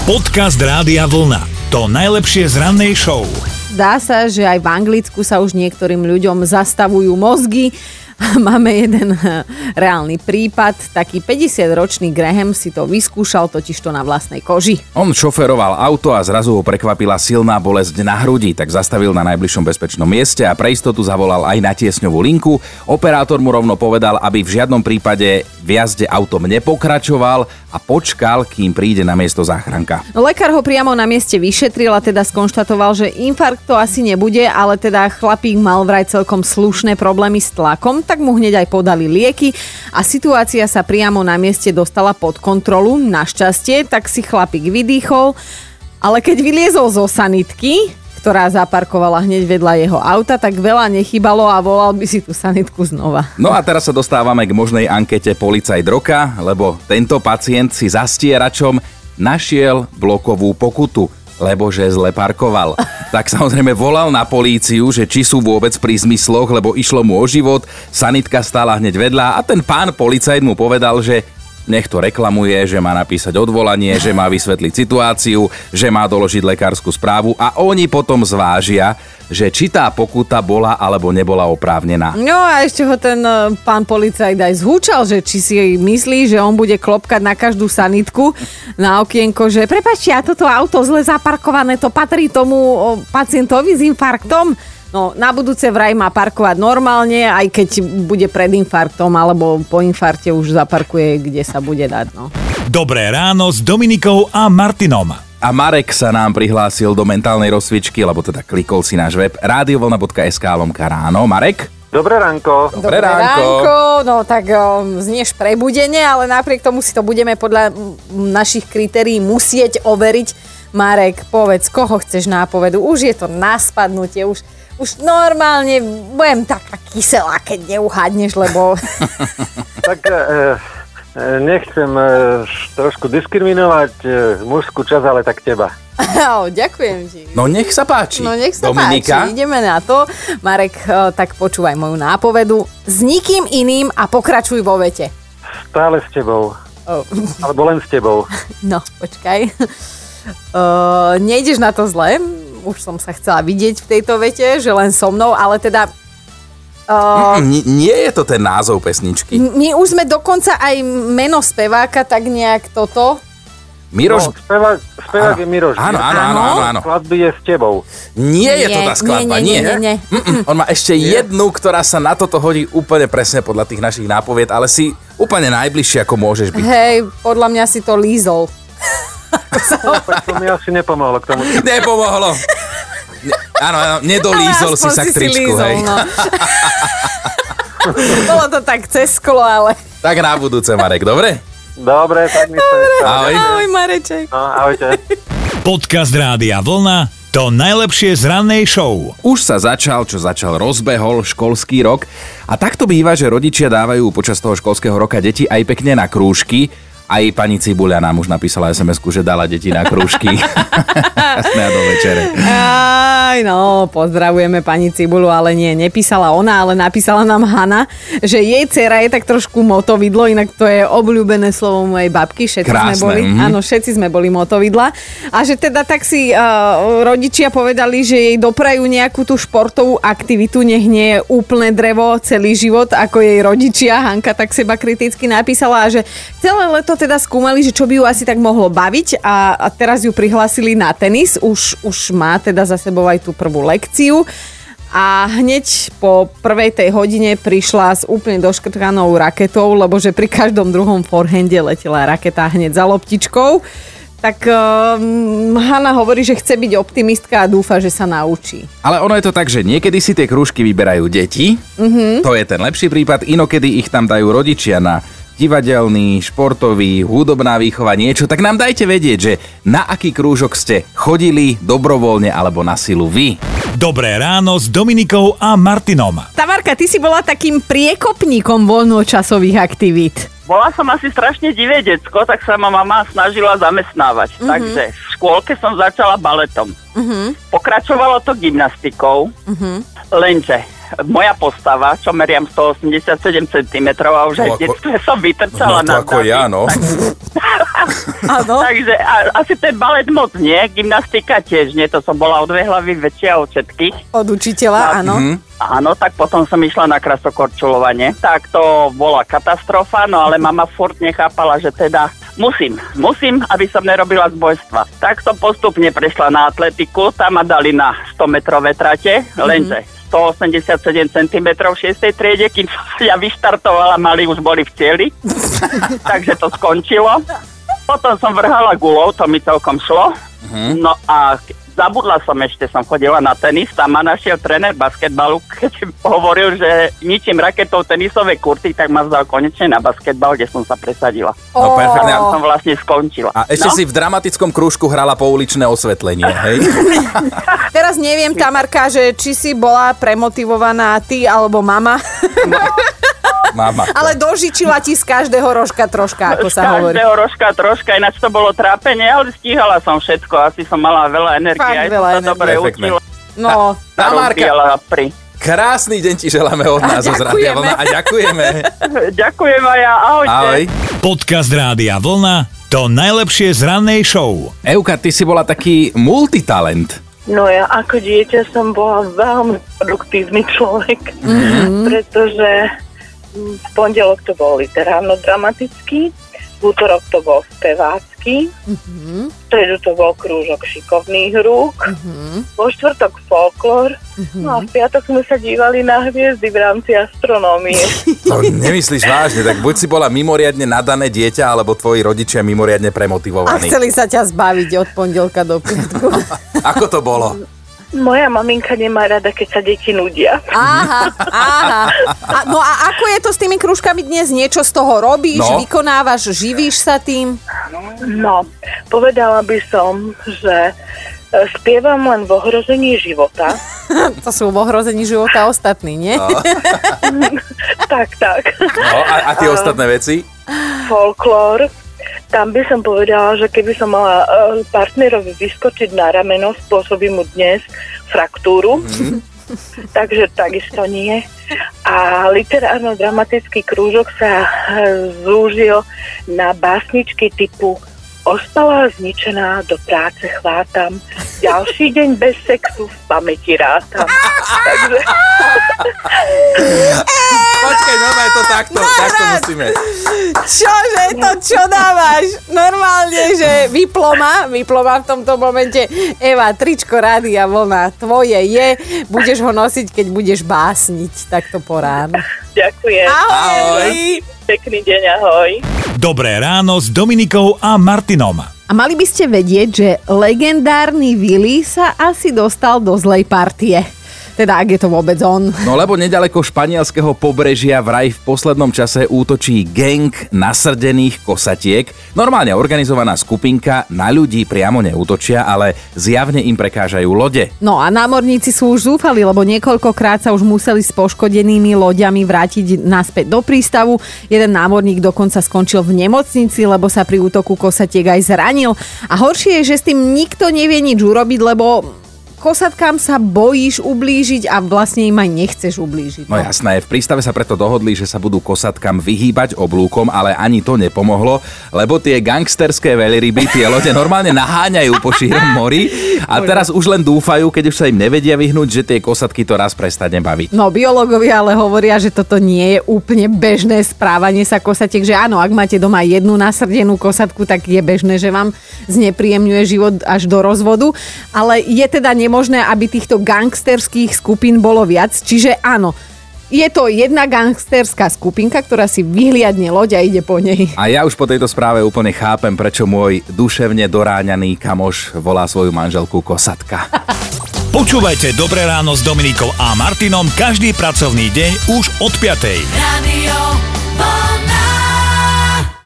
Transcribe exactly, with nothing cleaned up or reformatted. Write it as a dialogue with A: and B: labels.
A: Podcast Rádia Vlna. To najlepšie z rannej show.
B: Zdá sa, že aj v Anglicku sa už niektorým ľuďom zastavujú mozgy. Máme jeden reálny prípad. Taký päťdesiatročný Graham si to vyskúšal totižto na vlastnej koži.
C: On šoferoval auto a zrazu ho prekvapila silná bolesť na hrudi, tak zastavil na najbližšom bezpečnom mieste a pre istotu zavolal aj na tiesňovú linku. Operátor mu rovno povedal, aby v žiadnom prípade v jazde autom nepokračoval a počkal, kým príde na miesto záchranka.
B: No, lekár ho priamo na mieste vyšetril a teda skonštatoval, že infarkt to asi nebude, ale teda chlapík mal vraj celkom slušné problémy s tlakom, tak mu hneď aj podali lieky a situácia sa priamo na mieste dostala pod kontrolu, našťastie, tak si chlapík vydýchol, ale keď vyliezol zo sanitky, ktorá zaparkovala hneď vedľa jeho auta, tak veľa nechybalo a volal by si tú sanitku znova.
C: No a teraz sa dostávame k možnej ankete Policajt roka, lebo tento pacient si zastieračom našiel blokovú pokutu, lebo že zle parkoval. Tak samozrejme volal na políciu, že či sú vôbec pri zmysloch, lebo išlo mu o život, sanitka stála hneď vedľa a ten pán policajt mu povedal, že nech to reklamuje, že má napísať odvolanie, že má vysvetliť situáciu, že má doložiť lekárskú správu a oni potom zvážia, že či tá pokuta bola alebo nebola oprávnená.
B: No a ešte ho ten uh, pán policajt aj zhúčal, že či si myslí, že on bude klopkať na každú sanitku na okienko, že prepáčte, a toto auto zle zaparkované, to patrí tomu uh, pacientovi s infarktom. No, na budúce vraj má parkovať normálne, aj keď bude pred infarktom, alebo po infarte už zaparkuje, kde sa bude dať, no.
A: Dobré ráno s Dominikou a Martinom.
C: A Marek sa nám prihlásil do mentálnej rozcvičky, alebo teda klikol si náš web radiovlna bodka es ká lomka ráno. Marek?
D: Dobré ránko.
C: Dobré, Dobré ránko.
B: ránko. No tak um, znieš prebudenie, ale napriek tomu si to budeme podľa našich kritérií musieť overiť. Marek, povedz, koho chceš nápovedu? Už je to na spadnutie, už... Už normálne budem taká kyselá, keď neuhádneš, lebo...
D: Tak e, nechcem e, trošku diskriminovať e, mužskú časť, ale tak teba.
B: Oh, ďakujem ti.
C: No nech sa páči.
B: No nech sa
C: Dominika.
B: páči, ideme na to. Marek, e, tak počúvaj moju nápovedu. S nikým iným a pokračuj vo vete.
D: Stále s tebou.
B: Oh.
D: Alebo len s tebou.
B: No, počkaj. E, nejdeš na to zle. Už som sa chcela vidieť v tejto vete, že len so mnou, ale teda... Uh,
C: nie, nie je to ten názov pesničky.
B: My už sme dokonca aj meno speváka, tak nejak toto...
C: Miroš...
D: No, spevák, spevák je Miroš.
C: Áno, áno, áno, áno, áno.
D: Skladby je s tebou.
C: Nie, nie je to tá skladba, nie.
B: Nie, nie, nie. nie.
C: On má ešte nie? jednu, ktorá sa na toto hodí úplne presne podľa tých našich nápovied, ale si úplne najbližšie, ako môžeš byť.
B: Hej, podľa mňa si to lízol.
D: No, tak to mi asi nepomohlo k tomu.
C: Nepomohlo. Ne, áno, áno, nedolízol si sa k tričku,
B: lízol,
C: hej.
B: No. Bolo to tak cez sklo, ale...
C: Tak na budúce, Marek, dobre?
D: Dobre, tak mi sa...
C: Ahoj.
B: Ahoj, Mareček.
D: No, ahojte.
A: Podcast Rádia Vlna. To najlepšie z rannej show.
C: Už sa začal, čo začal, rozbehol školský rok a takto býva, že rodičia dávajú počas toho školského roka deti aj pekne na krúžky. Aj pani Cibuľa nám už napísala es em esku, že dala deti na krúžky. Jasné a do večere.
B: Aj no, pozdravujeme pani Cibuľu, ale nie, nepísala ona, ale napísala nám Hana, že jej dcera je tak trošku motovidlo, inak to je obľúbené slovo mojej babky, všetci
C: Krásne,
B: sme boli.
C: Mm-hmm.
B: Áno, všetci sme boli motovidla. A že teda tak si uh, rodičia povedali, že jej doprajú nejakú tú športovú aktivitu, nech nie je úplné drevo celý život, ako jej rodičia. Hanka tak seba kriticky napísala, že celé leto teda skúmali, že čo by ju asi tak mohlo baviť a, a teraz ju prihlásili na tenis. Už, už má teda za sebou aj tú prvú lekciu a hneď po prvej tej hodine prišla s úplne doškrtkanou raketou, lebo že pri každom druhom forehande letela raketa hneď za loptičkou. Tak um, Hanna hovorí, že chce byť optimistka a dúfa, že sa naučí.
C: Ale ono je to tak, že niekedy si tie krúžky vyberajú deti, mm-hmm. to je ten lepší prípad, inokedy ich tam dajú rodičia na divadelný, športový, hudobná výchova, niečo, tak nám dajte vedieť, že na aký krúžok ste chodili dobrovoľne alebo na silu vy.
A: Dobré ráno s Dominikou a Martinom.
B: Tamarka, ty si bola takým priekopníkom voľnočasových aktivít.
E: Bola som asi strašne divé decko, tak sa ma mama snažila zamestnávať. Mm-hmm. Takže v škôlke som začala baletom. Mm-hmm. Pokračovalo to gymnastikou, mm-hmm. lenže moja postava, čo meriam stoosemdesiatsedem centimetrov a už aj
C: No,
E: v detstve som vytrčala
C: No to
E: na
C: ako
E: zemi.
C: ja, no.
B: Áno.
E: Takže a, asi ten balet moc nie, gymnastika tiež nie, to som bola o dve hlavy väčšia od všetkých.
B: Od učiteľa, áno.
C: Mhm.
E: Áno, tak potom som išla na krasokorčulovanie. Tak to bola katastrofa, no ale mama furt nechápala, že teda musím, musím, aby som nerobila zbojstva. Tak som postupne prešla na atletiku, tam ma dali na sto-metrové trate, lenže stoosemdesiatsedem centimetrov v šiestej triede, kým som ja vyštartovala, mali už boli v cieli, takže to skončilo. Potom som vrhala gulou, to mi celkom šlo. No a zabudla som ešte, som chodila na tenis, tam ma našiel tréner basketbalu, keď hovoril, že ničím raketou tenisové kurty, tak ma vzal konečne na basketbal, kde som sa presadila.
C: No perfektne.
E: Tam som vlastne skončila.
C: A ešte
E: no?
C: si v dramatickom krúžku hrala pouličné osvetlenie, hej?
B: Teraz neviem, Tamarka, že či si bola premotivovaná ty alebo mama.
C: Mama.
B: Ale dožičila ti z každého rožka troška, ako
E: Z
B: sa hovorí.
E: každého rožka troška, ináč to bolo trápenie, ale stíhala som všetko, asi som mala veľa energie,
B: Fakt
E: aj
B: veľa
E: som sa
B: energie.
E: dobre
C: Perfektné.
E: učila.
B: No,
C: Tamárka,
E: Rozbíjala pri.
C: krásny deň ti želáme od nás zo Rádia Vlna a ďakujeme.
E: Ďakujem aj ja, ahojte.
C: Ahoj.
A: Podcast Rádia Vlna, to najlepšie z rannej show.
C: Euka, ty si bola taký multitalent.
F: No ja ako dieťa som bola veľmi produktívny človek, mm-hmm. pretože v pondelok to bol literárno-dramatický, v útorok to bol spevácky, mm-hmm. v stredu to bol krúžok šikovných rúk, mm-hmm. vo štvrtok folklór, mm-hmm. no a v piatok sme sa dívali na hviezdy v rámci astronómie.
C: To nemyslíš vážne, tak buď si bola mimoriadne nadané dieťa, alebo tvoji rodičia mimoriadne
B: a
C: premotivovaní.
B: chceli sa ťa zbaviť od pondelka do piatku.
C: Ako to bolo?
F: Moja maminka nemá rada, keď sa deti nudia.
B: Aha, aha. A, no a ako je to s tými krúžkami dnes? Niečo z toho robíš,
C: No.
B: vykonávaš, živíš sa tým?
F: No, povedala by som, že e, spievam len v ohrození života.
B: To sú v ohrození života ostatní, nie?
C: No.
F: tak, tak.
C: No, a, a tie ostatné veci?
F: Folklór. Tam by som povedala, že keby som mala e, partnerovi vyskočiť na rameno, spôsobí mu dnes fraktúru. Mm. Takže takisto nie. A literárno-dramatický krúžok sa e, zúžil na básničky typu Ostala zničená, do práce chvátam, ďalší deň bez sexu v pamäti rátam. Takže...
C: Počkaj, normálne to takto, takto musíme.
B: Čože to, čo dávaš? Normálne, že vyploma, vyploma v tomto momente. Eva, tričko Rádia Vlna, tvoje je, budeš ho nosiť, keď budeš básniť, takto po ráno.
F: Ďakujem.
B: Ahoj!
F: Pekný deň, ahoj.
A: Dobré ráno s Dominikou a Martinom.
B: A mali by ste vedieť, že legendárny Willy sa asi dostal do zlej partie. Teda, ak je to vôbec on.
C: No lebo nedaleko španielského pobrežia vraj v poslednom čase útočí gang nasrdených kosatiek. Normálne organizovaná skupinka, na ľudí priamo neútočia, ale zjavne im prekážajú lode.
B: No a námorníci sú už zúfali, lebo niekoľkokrát sa už museli s poškodenými loďami vrátiť naspäť do prístavu. Jeden námorník dokonca skončil v nemocnici, lebo sa pri útoku kosatiek aj zranil. A horšie je, že s tým nikto nevie nič urobiť, lebo kosatkám sa bojíš ublížiť a vlastne im aj nechceš ublížiť.
C: No jasné, v prístave sa preto dohodli, že sa budú kosatkám vyhýbať oblúkom, ale ani to nepomohlo, lebo tie gangsterské veľryby tie lode normálne naháňajú po šírom mori a teraz už len dúfajú, keď už sa im nevedia vyhnúť, že tie kosatky to raz prestane baviť.
B: No biológovia ale hovoria, že toto nie je úplne bežné správanie sa kosatiek, že áno, ak máte doma jednu nasrdenú kosatku, tak je bežné, že vám znepríjemňuje život až do rozvodu, ale je teda nemožné, aby týchto gangsterských skupín bolo viac, čiže áno, je to jedna gangsterská skupinka, ktorá si vyhliadne loď a ide po nej.
C: A ja už po tejto správe úplne chápem, prečo môj duševne doráňaný kamoš volá svoju manželku kosatka.
A: Počúvajte Dobré ráno s Dominikou a Martinom každý pracovný deň už od piatej.
G: Radio